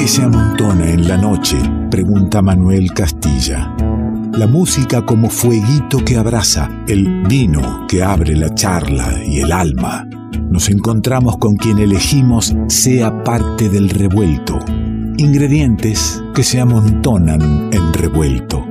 ¿Qué se amontona en la noche?, pregunta Manuel Castilla. La música como fueguito que abraza, el vino que abre la charla y el alma. Nos encontramos con quien elegimos sea parte del revuelto. Ingredientes que se amontonan en revuelto.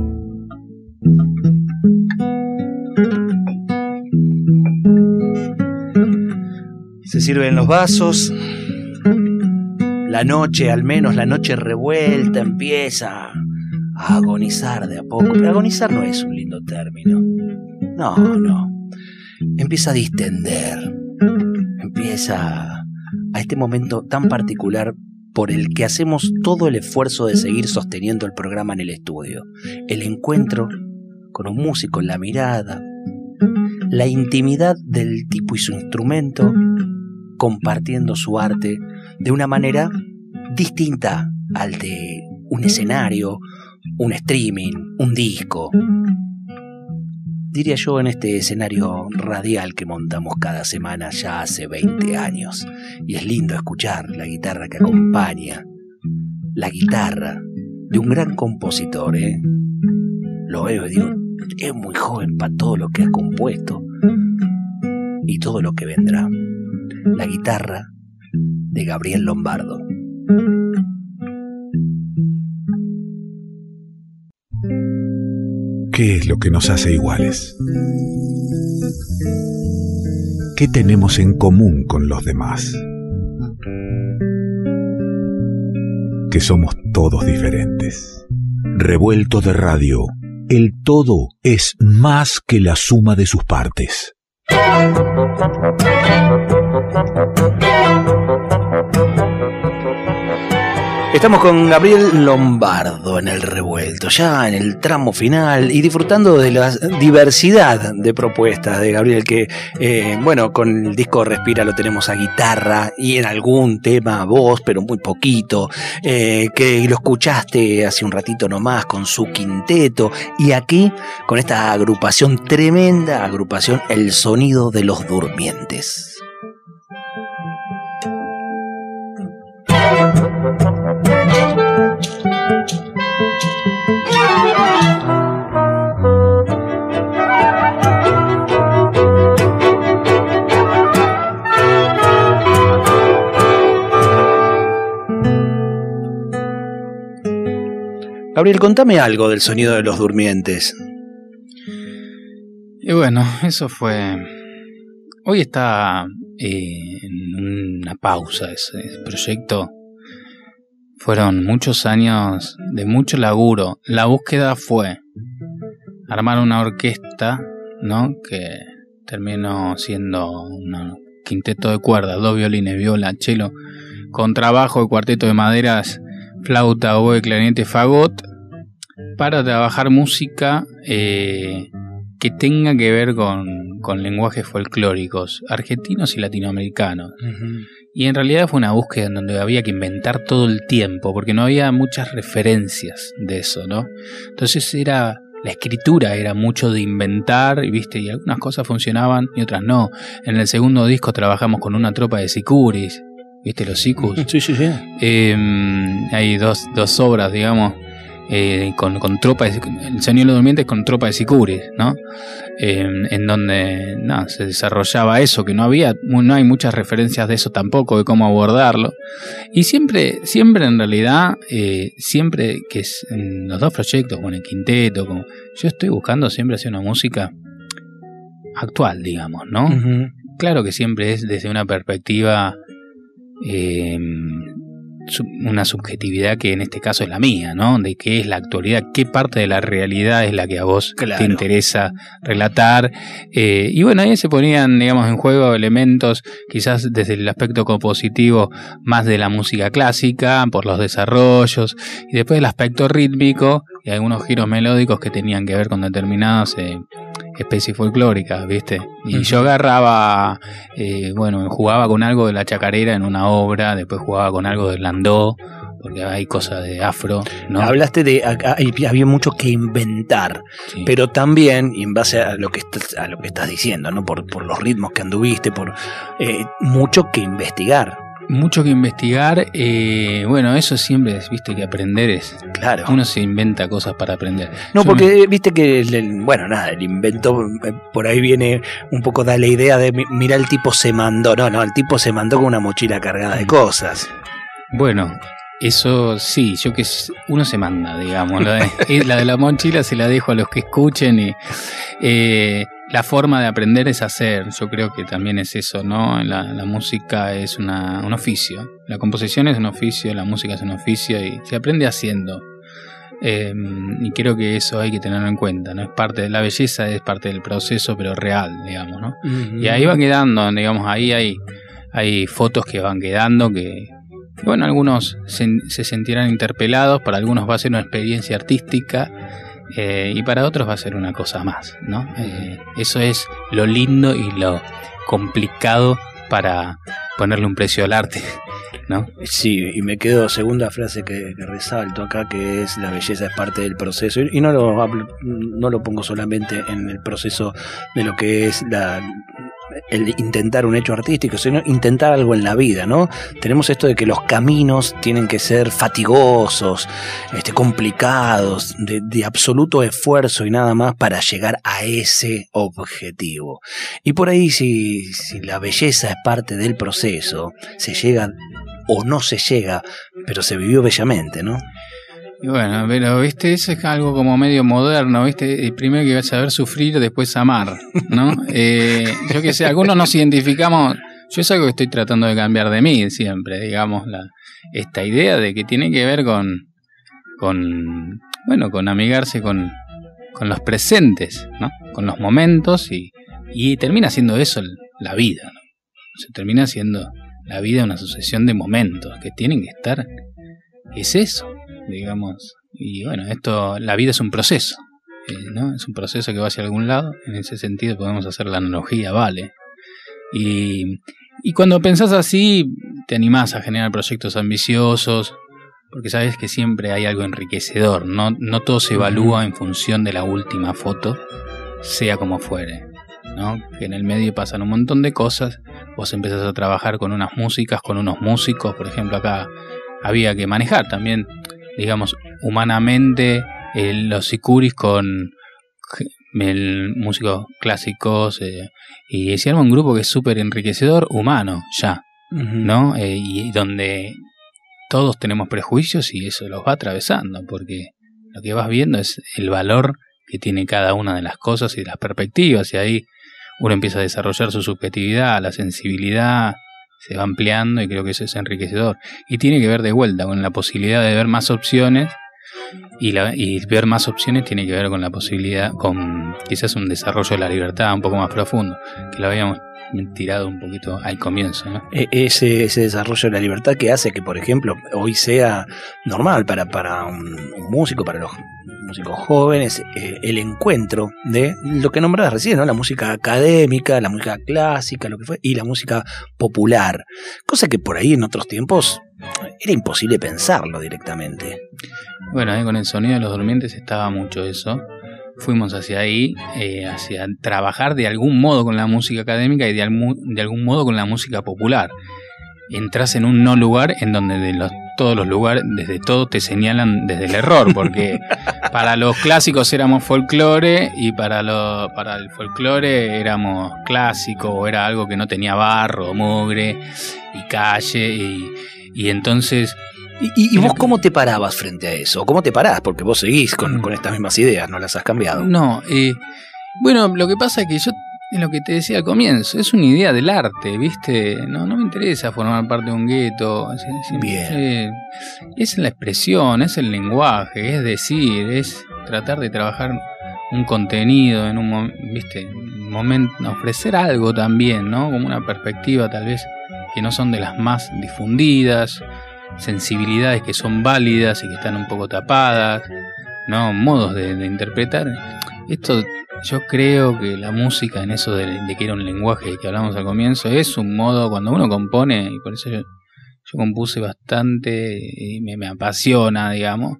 Se sirven los vasos. La noche, al menos la noche revuelta, empieza a agonizar de a poco. Pero agonizar no es un lindo término. No. Empieza a distender. Empieza a este momento tan particular por el que hacemos todo el esfuerzo de seguir sosteniendo el programa en el estudio. El encuentro con un músico, la mirada, la intimidad del tipo y su instrumento, compartiendo su arte de una manera distinta al de un escenario, un streaming, un disco. Diría yo, en este escenario radial que montamos cada semana ya hace 20 años. Y es lindo escuchar la guitarra que acompaña, la guitarra de un gran compositor, ¿eh? Lo veo y digo, es muy joven para todo lo que ha compuesto y todo lo que vendrá. La guitarra de Gabriel Lombardo. ¿Qué es lo que nos hace iguales? ¿Qué tenemos en común con los demás? Que somos todos diferentes. Revuelto de radio, el todo es más que la suma de sus partes. Estamos con Gabriel Lombardo en el revuelto, ya en el tramo final y disfrutando de la diversidad de propuestas de Gabriel que, con el disco Respira lo tenemos a guitarra y en algún tema a voz, pero muy poquito, que lo escuchaste hace un ratito nomás con su quinteto y aquí con esta agrupación, tremenda agrupación, El Sonido de los Durmientes. Gabriel, contame algo del Sonido de los Durmientes. Y bueno, eso fue... Hoy está en una pausa ese proyecto. Fueron muchos años de mucho laburo. La búsqueda fue armar una orquesta, ¿no? Que terminó siendo un quinteto de cuerdas, 2 violines, viola, cello, con trabajo de cuarteto de maderas, flauta, oboe, clarinete, fagot, para trabajar música que tenga que ver con lenguajes folclóricos argentinos y latinoamericanos. Uh-huh. Y en realidad fue una búsqueda en donde había que inventar todo el tiempo, porque no había muchas referencias de eso, ¿no? Entonces la escritura era mucho de inventar, ¿viste? Y algunas cosas funcionaban y otras no. En el segundo disco trabajamos con una tropa de sicuris, ¿viste? Los sicus. Sí. Hay dos obras, digamos, con tropa de, El Sonido de los Durmientes con tropa de sicuris, ¿no? En donde se desarrollaba eso, que no hay muchas referencias de eso tampoco, de cómo abordarlo. Y siempre en realidad, siempre que es en los dos proyectos, con el quinteto, yo estoy buscando siempre hacer una música actual, digamos, ¿no? Uh-huh. Claro que siempre es desde una perspectiva, una subjetividad que en este caso es la mía, ¿no? De qué es la actualidad, qué parte de la realidad es la que a vos te interesa relatar. Y bueno, ahí se ponían, digamos, en juego elementos quizás desde el aspecto compositivo más de la música clásica, por los desarrollos, y después el aspecto rítmico y algunos giros melódicos que tenían que ver con determinadas especies folclóricas, ¿viste? Y yo agarraba, jugaba con algo de la chacarera en una obra, después jugaba con algo del landó, porque hay cosas de afro, ¿no? Hablaste de había mucho que inventar, sí. Pero también, y en base a lo que estás diciendo, ¿no? Por los ritmos que anduviste, por mucho que investigar. Mucho que investigar. Bueno, eso siempre es, viste, que aprender es... Claro. Uno se inventa cosas para aprender. No, porque viste que, el invento por ahí viene un poco da la idea de, mira, el tipo se mandó. No, el tipo se mandó con una mochila cargada de cosas. Bueno, eso sí, uno se manda, digamos. La de la mochila se la dejo a los que escuchen y... la forma de aprender es hacer, yo creo que también es eso, ¿no? La música es un oficio, la composición es un oficio, la música es un oficio y se aprende haciendo. Y creo que eso hay que tenerlo en cuenta, ¿no? Es parte de la belleza, es parte del proceso, pero real, digamos, ¿no? Uh-huh. Y ahí va quedando, digamos, ahí hay fotos que van quedando que, bueno, algunos se sentirán interpelados, para algunos va a ser una experiencia artística. Y para otros va a ser una cosa más, ¿no? Eso es lo lindo y lo complicado para ponerle un precio al arte, ¿no? Sí, y me quedo segunda frase que resalto acá, que es la belleza es parte del proceso, y no lo pongo solamente en el proceso de lo que es el intentar un hecho artístico, sino intentar algo en la vida, ¿no? Tenemos esto de que los caminos tienen que ser fatigosos, complicados, de absoluto esfuerzo y nada más para llegar a ese objetivo. Y por ahí, si la belleza es parte del proceso, se llega o no se llega, pero se vivió bellamente, ¿no? Y bueno, pero viste, eso es algo como medio moderno, viste, primero que saber sufrir, después amar, ¿no? Yo que sé, algunos nos identificamos, yo es algo que estoy tratando de cambiar de mí siempre, digamos, esta idea de que tiene que ver con amigarse con los presentes, ¿no? Con los momentos y termina siendo eso la vida, ¿no? Se termina siendo la vida una sucesión de momentos que tienen que estar, es eso, digamos, y bueno, la vida es un proceso, ¿no? Es un proceso que va hacia algún lado, en ese sentido podemos hacer la analogía, vale, y cuando pensás así, te animás a generar proyectos ambiciosos, porque sabes que siempre hay algo enriquecedor, no todo se evalúa en función de la última foto, sea como fuere, ¿no? Que en el medio pasan un montón de cosas, vos empezás a trabajar con unas músicas, con unos músicos, por ejemplo acá había que manejar también, digamos, humanamente los sicuris con músicos clásicos y se arma un grupo que es súper enriquecedor, humano ya, ¿no? Y donde todos tenemos prejuicios y eso los va atravesando, porque lo que vas viendo es el valor que tiene cada una de las cosas y de las perspectivas, y ahí uno empieza a desarrollar su subjetividad, la sensibilidad se va ampliando y creo que eso es enriquecedor. Y tiene que ver de vuelta con la posibilidad de ver más opciones y ver más opciones tiene que ver con la posibilidad, con quizás un desarrollo de la libertad un poco más profundo, que lo habíamos tirado un poquito al comienzo, ¿no? Ese desarrollo de la libertad que hace que, por ejemplo, hoy sea normal para un músico, para los músicos jóvenes, el encuentro de lo que nombrabas recién, ¿no? La música académica, la música clásica, lo que fue, y la música popular, cosa que por ahí en otros tiempos era imposible pensarlo directamente. Bueno, ahí con el sonido de los durmientes estaba mucho eso. Fuimos hacia ahí, hacia trabajar de algún modo con la música académica y de algún modo con la música popular. Entras en un no lugar en donde todos los lugares, desde todo te señalan desde el error, porque para los clásicos éramos folclore y para el folclore éramos clásico, o era algo que no tenía barro, mugre y calle, y entonces... ¿Y vos cómo te parabas frente a eso? ¿Cómo te parás? Porque vos seguís con estas mismas ideas, no las has cambiado. No, bueno, lo que pasa es que yo, es lo que te decía al comienzo, es una idea del arte, ¿viste? No me interesa formar parte de un gueto. Bien. Es la expresión, es el lenguaje, es decir, es tratar de trabajar un contenido en un momento, ofrecer algo también, ¿no? Como una perspectiva tal vez que no son de las más difundidas, sensibilidades que son válidas y que están un poco tapadas, ¿no? Modos de interpretar. Esto, yo creo que la música, en eso de que era un lenguaje que hablamos al comienzo, es un modo, cuando uno compone, y por eso yo compuse bastante y me apasiona, digamos,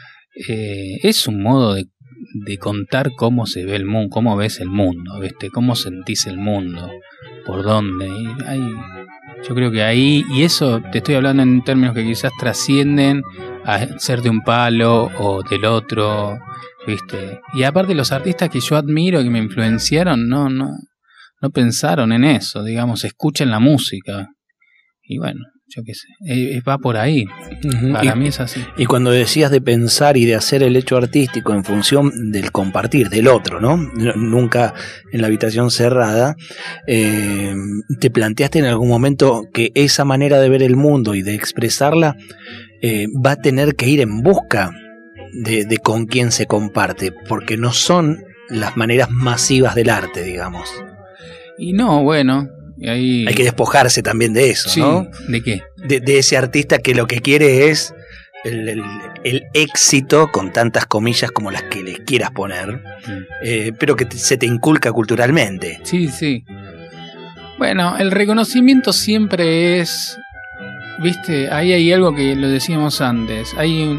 es un modo de contar cómo se ve el mundo, cómo ves el mundo, ¿viste? Cómo sentís el mundo, por dónde. Y Yo creo que ahí, y eso te estoy hablando en términos que quizás trascienden a ser de un palo o del otro, ¿viste? Y aparte los artistas que yo admiro, que me influenciaron, no pensaron en eso, digamos, escuchan la música. Y bueno, yo qué sé, va por ahí. Para mí es así. Y cuando decías de pensar y de hacer el hecho artístico en función del compartir, del otro, ¿no? Nunca en la habitación cerrada, ¿te planteaste en algún momento que esa manera de ver el mundo y de expresarla va a tener que ir en busca de con quién se comparte? Porque no son las maneras masivas del arte, digamos. Y no, bueno... Y ahí... Hay que despojarse también de eso, sí, ¿no? ¿De qué? De ese artista que lo que quiere es el éxito, con tantas comillas como las que les quieras poner, pero que se te inculca culturalmente. Sí, sí. Bueno, el reconocimiento siempre es... Viste, ahí hay algo que lo decíamos antes.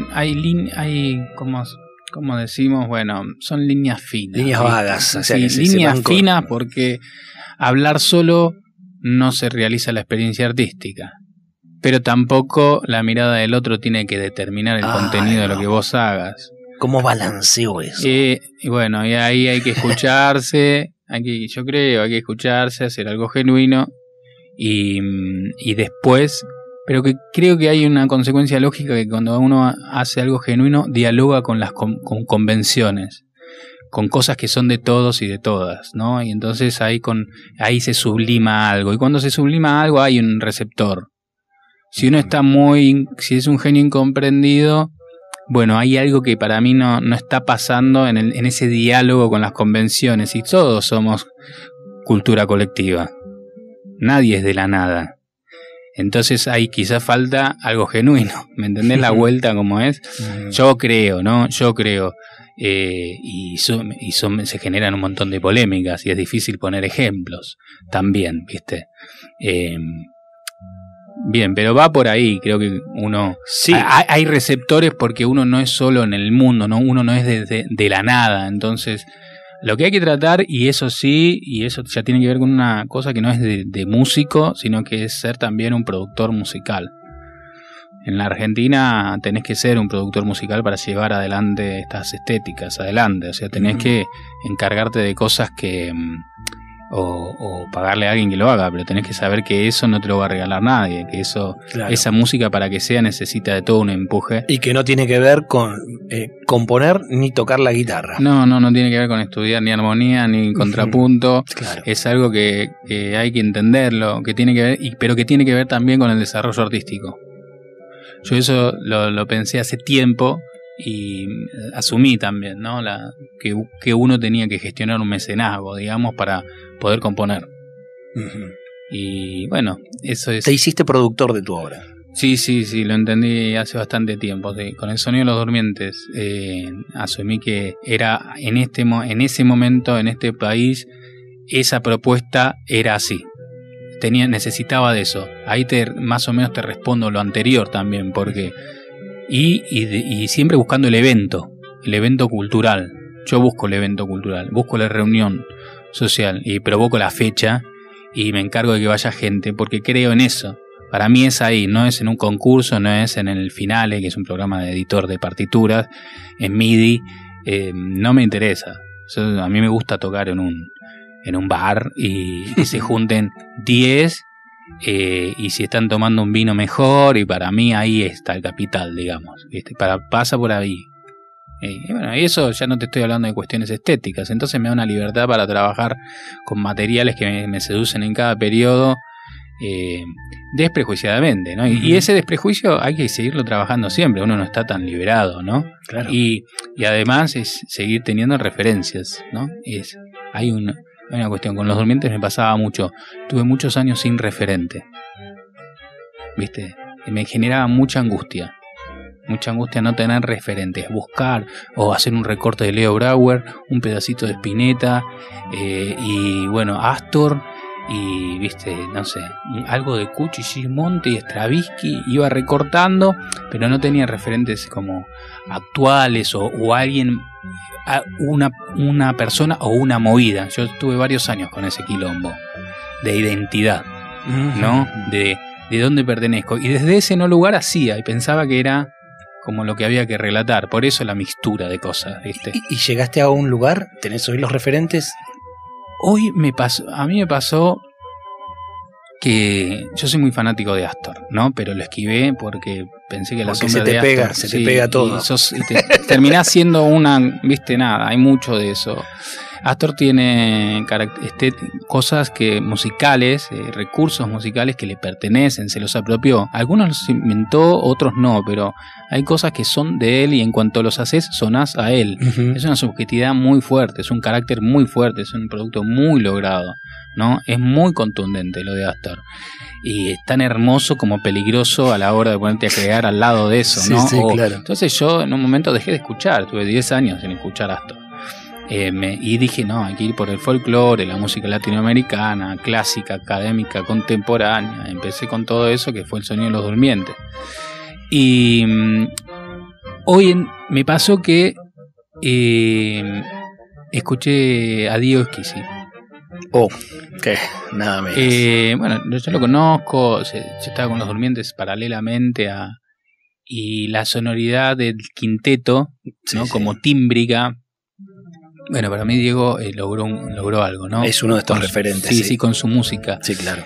Hay como decimos, bueno, son líneas finas. Líneas vagas. O sea, sí, líneas finas porque hablar solo no se realiza la experiencia artística. Pero tampoco la mirada del otro tiene que determinar el contenido de lo que vos hagas. ¿Cómo balanceo eso? Y bueno, y ahí hay que escucharse, yo creo, hay que escucharse, hacer algo genuino y después, pero que creo que hay una consecuencia lógica que cuando uno hace algo genuino dialoga con las con convenciones, con cosas que son de todos y de todas, ¿no? Y entonces ahí se sublima algo, y cuando se sublima algo hay un receptor. Si uno está si es un genio incomprendido, bueno, hay algo que para mí no está pasando en ese diálogo con las convenciones, y todos somos cultura colectiva. Nadie es de la nada. Entonces ahí quizás falta algo genuino, ¿me entendés la vuelta como es? Yo creo, ¿no? Se generan un montón de polémicas y es difícil poner ejemplos también, ¿viste? Bien, pero va por ahí, creo que uno... Sí. Hay receptores porque uno no es solo en el mundo, ¿no? Uno no es de la nada, entonces... Lo que hay que tratar, y eso sí, y eso ya tiene que ver con una cosa que no es de músico, sino que es ser también un productor musical. En la Argentina tenés que ser un productor musical para llevar adelante estas estéticas, adelante. O sea, tenés que encargarte de cosas que... O pagarle a alguien que lo haga, pero tenés que saber que eso no te lo va a regalar nadie, que eso, claro, esa música para que sea necesita de todo un empuje. Y que no tiene que ver con componer ni tocar la guitarra. No tiene que ver con estudiar ni armonía ni contrapunto. Claro. Es algo que hay que entenderlo, que tiene que ver, pero que tiene que ver también con el desarrollo artístico. Yo eso lo pensé hace tiempo y asumí también, ¿no? Que uno tenía que gestionar un mecenazgo, digamos, para poder componer. Y bueno, eso es... Te hiciste productor de tu obra. Sí, lo entendí hace bastante tiempo. Sí. Con El Sonido de los Durmientes asumí que era en ese momento, en este país, esa propuesta era así. Necesitaba de eso. Ahí más o menos te respondo lo anterior también, porque... Y siempre buscando el evento cultural. Yo busco el evento cultural, busco la reunión social y provoco la fecha y me encargo de que vaya gente porque creo en eso. Para mí es ahí, no es en un concurso, no es en el Finale, que es un programa de editor de partituras, en MIDI, no me interesa. A mí me gusta tocar en un bar y que se junten 10 y si están tomando un vino mejor, y para mí ahí está el capital, digamos, ¿viste? Pasa por ahí. Y bueno, y eso ya no te estoy hablando de cuestiones estéticas, entonces me da una libertad para trabajar con materiales que me seducen en cada periodo desprejuiciadamente, ¿no? Y ese desprejuicio hay que seguirlo trabajando siempre, uno no está tan liberado, ¿no? Claro. Y además es seguir teniendo referencias, ¿no? Hay una cuestión, con Los Durmientes me pasaba mucho, tuve muchos años sin referente, ¿viste? Y me generaba mucha angustia no tener referentes, buscar o hacer un recorte de Leo Brauer, un pedacito de Spinetta, y bueno, Astor, y viste, no sé, algo de Cucci, Gismonti, Stravinsky, iba recortando, pero no tenía referentes como actuales o alguien, una persona o una movida. Yo estuve varios años con ese quilombo de identidad, ¿no? De dónde pertenezco. Y desde ese no lugar hacía y pensaba que era como lo que había que relatar. Por eso la mixtura de cosas, ¿viste? ¿Y llegaste a un lugar? ¿Tenés hoy los referentes? A mí me pasó que yo soy muy fanático de Astor, ¿no? Pero lo esquivé porque pensé que la sombra de Astor... Se te pega todo. Y terminás siendo viste, nada, hay mucho de eso. Astor tiene cosas musicales, recursos musicales que le pertenecen, se los apropió. Algunos los inventó, otros no, pero hay cosas que son de él y en cuanto los haces, sonás a él. Uh-huh. Es una subjetividad muy fuerte, es un carácter muy fuerte, es un producto muy logrado, ¿no? Es muy contundente lo de Astor. Y es tan hermoso como peligroso a la hora de ponerte a crear al lado de eso, ¿no? Sí, claro. Entonces yo en un momento dejé de escuchar, tuve 10 años sin escuchar Astor. Y dije, no, hay que ir por el folclore, la música latinoamericana, clásica, académica, contemporánea. Empecé con todo eso, que fue el sonido de los durmientes. Y hoy me pasó que escuché a Diego Esquisi. ¿Qué? Nada menos. Bueno, yo lo conozco, yo estaba con los durmientes paralelamente y la sonoridad del quinteto, ¿no? Sí. Como tímbrica. Bueno, para mí Diego logró algo, ¿no? Es uno de estos referentes. Sí, con su música. Sí, claro.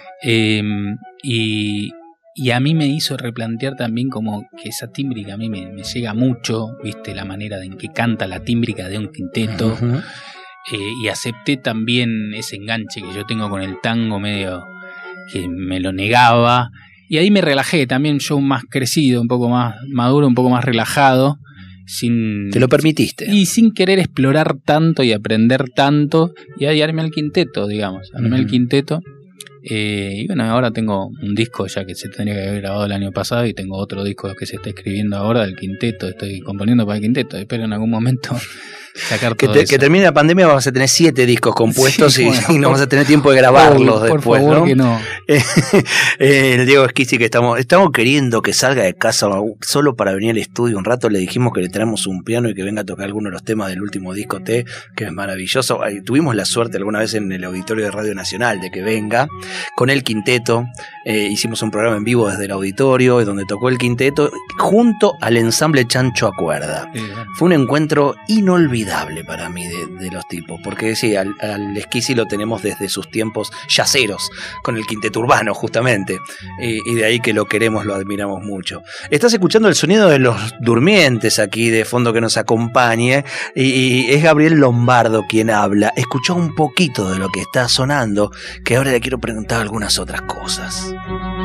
Y a mí me hizo replantear también como que esa tímbrica a mí me llega mucho, ¿viste? La manera en que canta la tímbrica de un quinteto. Uh-huh. Y acepté también ese enganche que yo tengo con el tango medio que me lo negaba. Y ahí me relajé, también yo más crecido, un poco más maduro, un poco más relajado. Te lo permitiste. Y sin querer explorar tanto y aprender tanto. Y ahí armé el quinteto, digamos. Armé el quinteto. Y bueno, ahora tengo un disco ya que se tendría que haber grabado el año pasado. Y tengo otro disco que se está escribiendo ahora del quinteto. Estoy componiendo para el quinteto. Espero en algún momento sacar todo eso. Que termine la pandemia, vamos a tener 7 discos compuestos, sí, y no vamos a tener tiempo de grabarlos por después, favor, ¿no? Que no. El Diego Esquisi, que estamos queriendo que salga de casa solo para venir al estudio un rato. Le dijimos que le traemos un piano y que venga a tocar algunos de los temas del último disco T, que es maravilloso. Tuvimos la suerte alguna vez en el auditorio de Radio Nacional de que venga con el quinteto. Hicimos un programa en vivo desde el auditorio donde tocó el quinteto junto al ensamble Chancho Acuerda. Fue un encuentro inolvidable para mí de los tipos, porque sí, al Esquisi lo tenemos desde sus tiempos yaceros con el quinteto urbano justamente, y de ahí que lo queremos, lo admiramos mucho. Estás escuchando el sonido de los durmientes aquí de fondo que nos acompaña, y es Gabriel Lombardo quien habla. Escuchó un poquito de lo que está sonando, que ahora le quiero preguntar algunas otras cosas.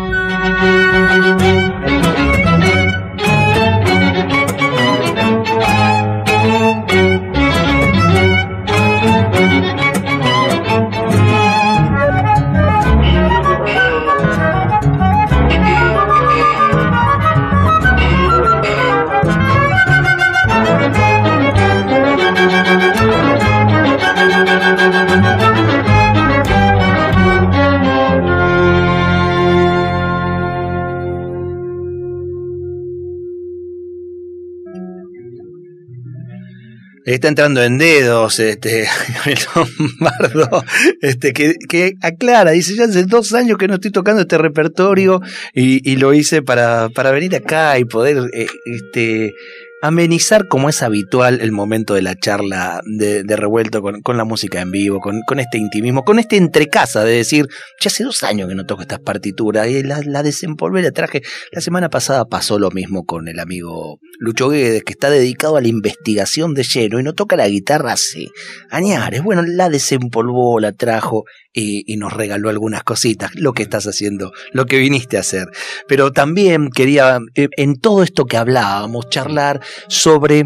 Está entrando en dedos Gabriel Lombardo, que aclara, dice, ya hace 2 años que no estoy tocando este repertorio y lo hice para venir acá y poder amenizar, como es habitual, el momento de la charla de Revuelto con la música en vivo, con este intimismo, con este entrecasa de decir, ya hace 2 años que no toco estas partituras, y la desempolvé, la traje. La semana pasada pasó lo mismo con el amigo Lucho Guedes, que está dedicado a la investigación de lleno y no toca la guitarra hace añares. Bueno, la desempolvó, la trajo y nos regaló algunas cositas, lo que estás haciendo, lo que viniste a hacer. Pero también quería, en todo esto que hablábamos, charlar sobre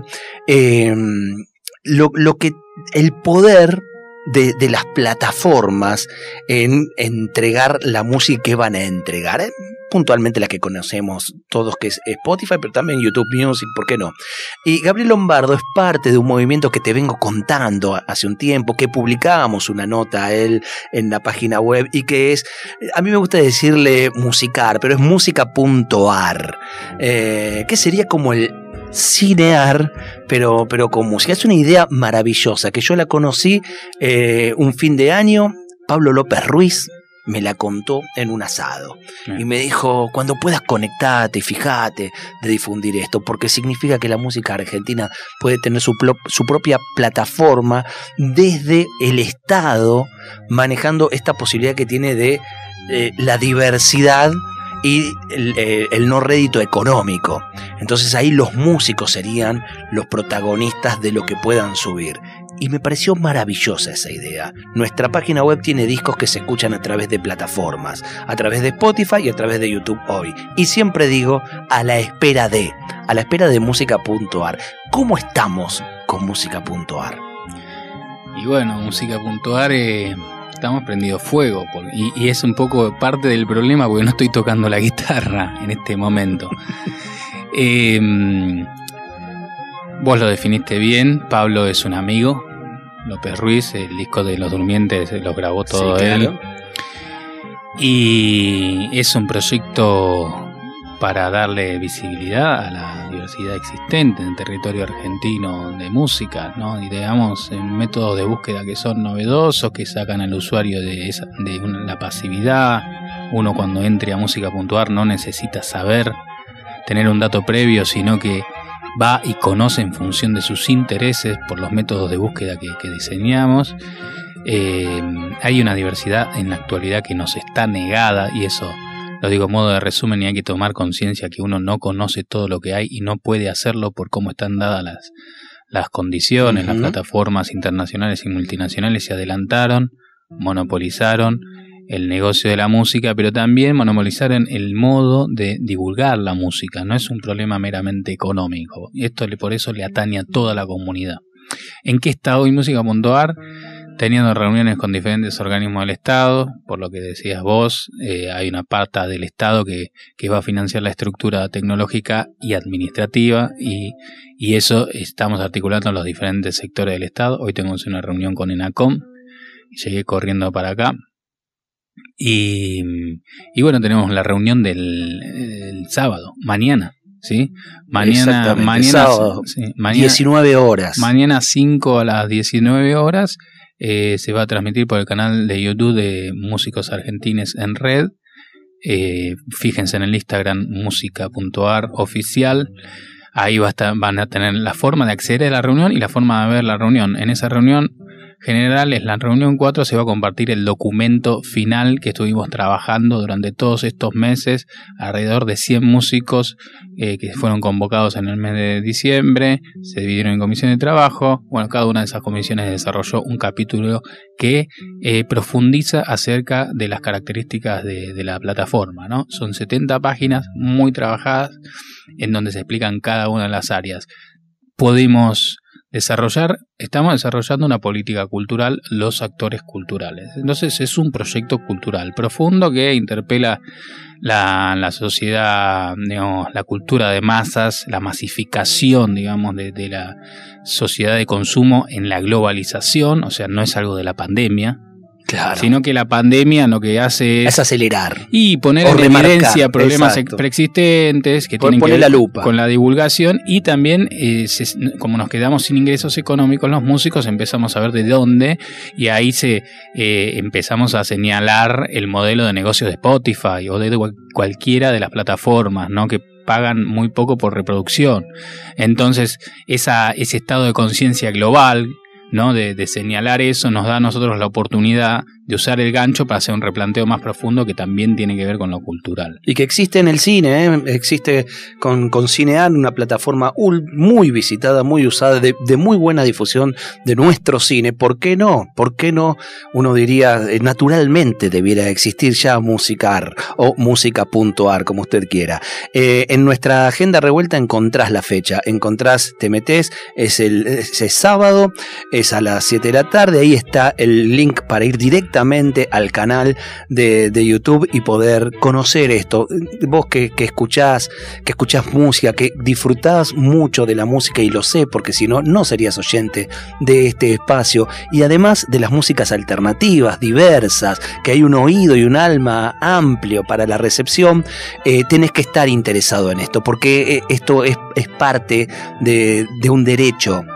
lo que el poder de las plataformas en entregar la música que van a entregar, puntualmente la que conocemos todos, que es Spotify, pero también YouTube Music, ¿por qué no? Y Gabriel Lombardo es parte de un movimiento que te vengo contando hace un tiempo, que publicábamos una nota a él en la página web, y que es, a mí me gusta decirle musicar, pero es música.ar, que sería como el cinear, pero con música. Es una idea maravillosa que yo la conocí un fin de año. Pablo López Ruiz, me la contó en un asado. Y me dijo, cuando puedas conectate y fíjate de difundir esto, porque significa que la música argentina puede tener su propia plataforma desde el Estado, manejando esta posibilidad que tiene de la diversidad y el no rédito económico. Entonces ahí los músicos serían los protagonistas de lo que puedan subir. Y me pareció maravillosa esa idea. Nuestra página web tiene discos que se escuchan a través de plataformas, a través de Spotify y a través de YouTube hoy. Y siempre digo, a la espera de música.ar. ¿Cómo estamos con música.ar? Y bueno, música.ar... estamos prendido fuego y es un poco parte del problema porque no estoy tocando la guitarra en este momento. Vos lo definiste bien. Pablo es un amigo. López Ruiz, el disco de Los Durmientes lo grabó todo él. Y es un proyecto para darle visibilidad a la diversidad existente en el territorio argentino de música, ¿no? Y digamos, en métodos de búsqueda que son novedosos, que sacan al usuario de la pasividad. Uno cuando entre a música.ar no necesita tener un dato previo, sino que va y conoce en función de sus intereses por los métodos de búsqueda que diseñamos. Hay una diversidad en la actualidad que nos está negada, y eso lo digo a modo de resumen, y hay que tomar conciencia que uno no conoce todo lo que hay y no puede hacerlo por cómo están dadas las condiciones. Las plataformas internacionales y multinacionales se adelantaron, monopolizaron el negocio de la música, pero también monopolizaron el modo de divulgar la música. No es un problema meramente económico. Esto por eso le atañe a toda la comunidad. ¿En qué está hoy música.ar? Teniendo reuniones con diferentes organismos del Estado, por lo que decías vos, hay una pata del Estado que va a financiar la estructura tecnológica y administrativa, y eso estamos articulando en los diferentes sectores del Estado. Hoy tenemos una reunión con ENACOM, y llegué corriendo para acá. Y bueno, tenemos la reunión del sábado, mañana. ¿Sí? Mañana sábado, sí, mañana 19 horas. Mañana 5 a las 19 horas se va a transmitir por el canal de YouTube de Músicos Argentines en Red. Fíjense en el Instagram música.ar oficial. Ahí van a tener la forma de acceder a la reunión y la forma de ver la reunión. En esa reunión general, es la reunión 4, se va a compartir el documento final que estuvimos trabajando durante todos estos meses, alrededor de 100 músicos que fueron convocados en el mes de diciembre, se dividieron en comisiones de trabajo. Bueno, cada una de esas comisiones desarrolló un capítulo que profundiza acerca de las características de la plataforma, ¿no? Son 70 páginas muy trabajadas en donde se explican cada una de las áreas. Estamos desarrollando una política cultural, los actores culturales. Entonces es un proyecto cultural profundo que interpela la sociedad, digamos, la cultura de masas, la masificación, digamos, de la sociedad de consumo en la globalización. O sea, no es algo de la pandemia. Claro. Sino que la pandemia lo que hace es acelerar y poner en evidencia problemas preexistentes que tienen que ver con la divulgación, y también como nos quedamos sin ingresos económicos los músicos, empezamos a ver de dónde, y ahí empezamos a señalar el modelo de negocio de Spotify o de cualquiera de las plataformas, ¿no?, que pagan muy poco por reproducción. Entonces ese estado de conciencia global, ¿no?, de señalar eso, nos da a nosotros la oportunidad de usar el gancho para hacer un replanteo más profundo que también tiene que ver con lo cultural. Y que existe en el cine, existe con Cinear, una plataforma muy visitada, muy usada, de muy buena difusión de nuestro cine. ¿Por qué no? ¿Por qué no? Uno diría, naturalmente debiera existir ya Musicar o música.ar, como usted quiera. En nuestra agenda revuelta encontrás la fecha, te metés, es sábado, es a las 7 de la tarde, ahí está el link para ir directamente al canal de YouTube y poder conocer esto. Vos que escuchás música, que disfrutás mucho de la música, y lo sé porque si no, no serías oyente de este espacio, y además de las músicas alternativas, diversas, que hay un oído y un alma amplio para la recepción, tenés que estar interesado en esto, porque esto es parte de un derecho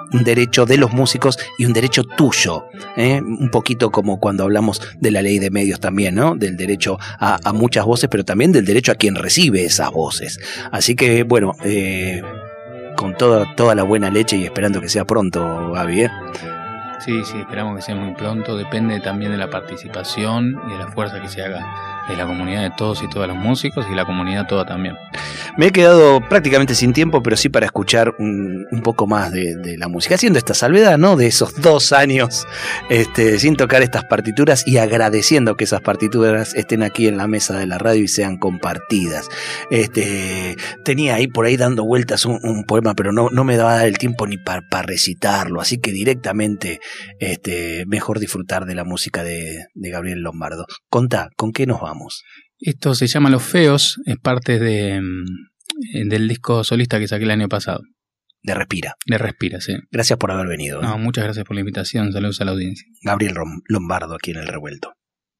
un derecho de los músicos y un derecho tuyo, un poquito como cuando hablamos de la ley de medios también, ¿no? Del derecho a muchas voces, pero también del derecho a quien recibe esas voces. Así que, bueno, con toda la buena leche y esperando que sea pronto, Gaby, ¿eh? Sí, esperamos que sea muy pronto. Depende también de la participación y de la fuerza que se haga de la comunidad, de todos y todas los músicos, y la comunidad toda también. Me he quedado prácticamente sin tiempo, pero sí para escuchar un poco más de la música, haciendo esta salvedad, ¿no? De esos 2 años sin tocar estas partituras, y agradeciendo que esas partituras estén aquí en la mesa de la radio y sean compartidas. Tenía ahí por ahí dando vueltas un poema, pero no me daba el tiempo ni para recitarlo, así que directamente mejor disfrutar de la música de Gabriel Lombardo. Contá, ¿con qué nos vamos? Esto se llama Los Feos, es parte del disco solista que saqué el año pasado. De Respira. De Respira, sí. Gracias por haber venido. No, muchas gracias por la invitación, saludos a la audiencia. Gabriel Lombardo aquí en El Revuelto.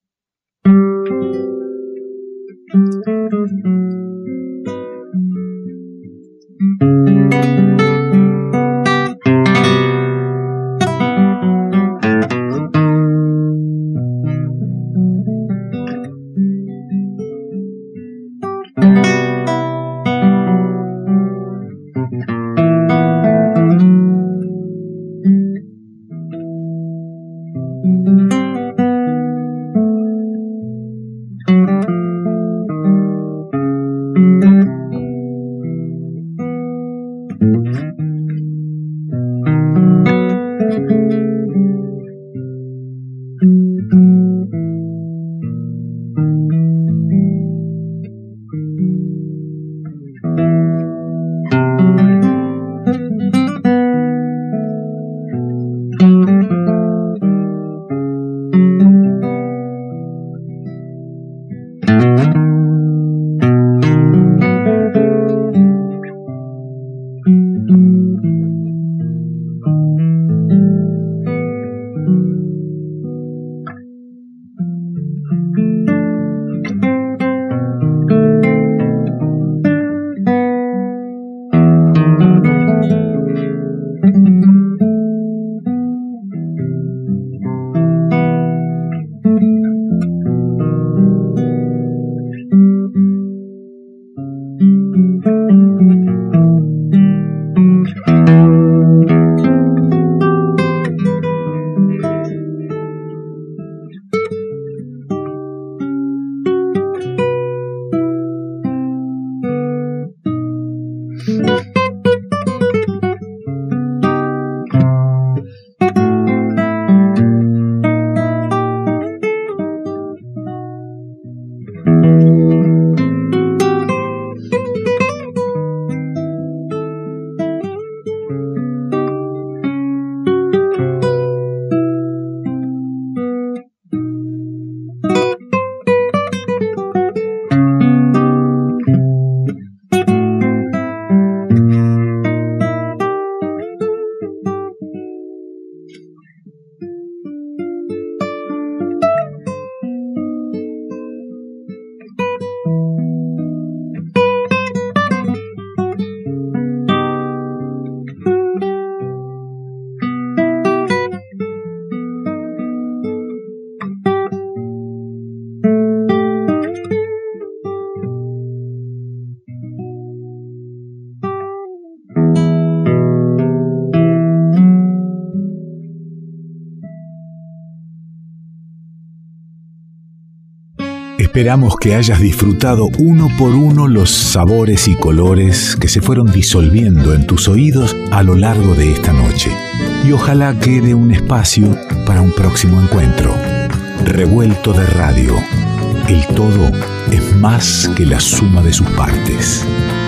Esperamos que hayas disfrutado uno por uno los sabores y colores que se fueron disolviendo en tus oídos a lo largo de esta noche. Y ojalá quede un espacio para un próximo encuentro. Revuelto de Radio. El todo es más que la suma de sus partes.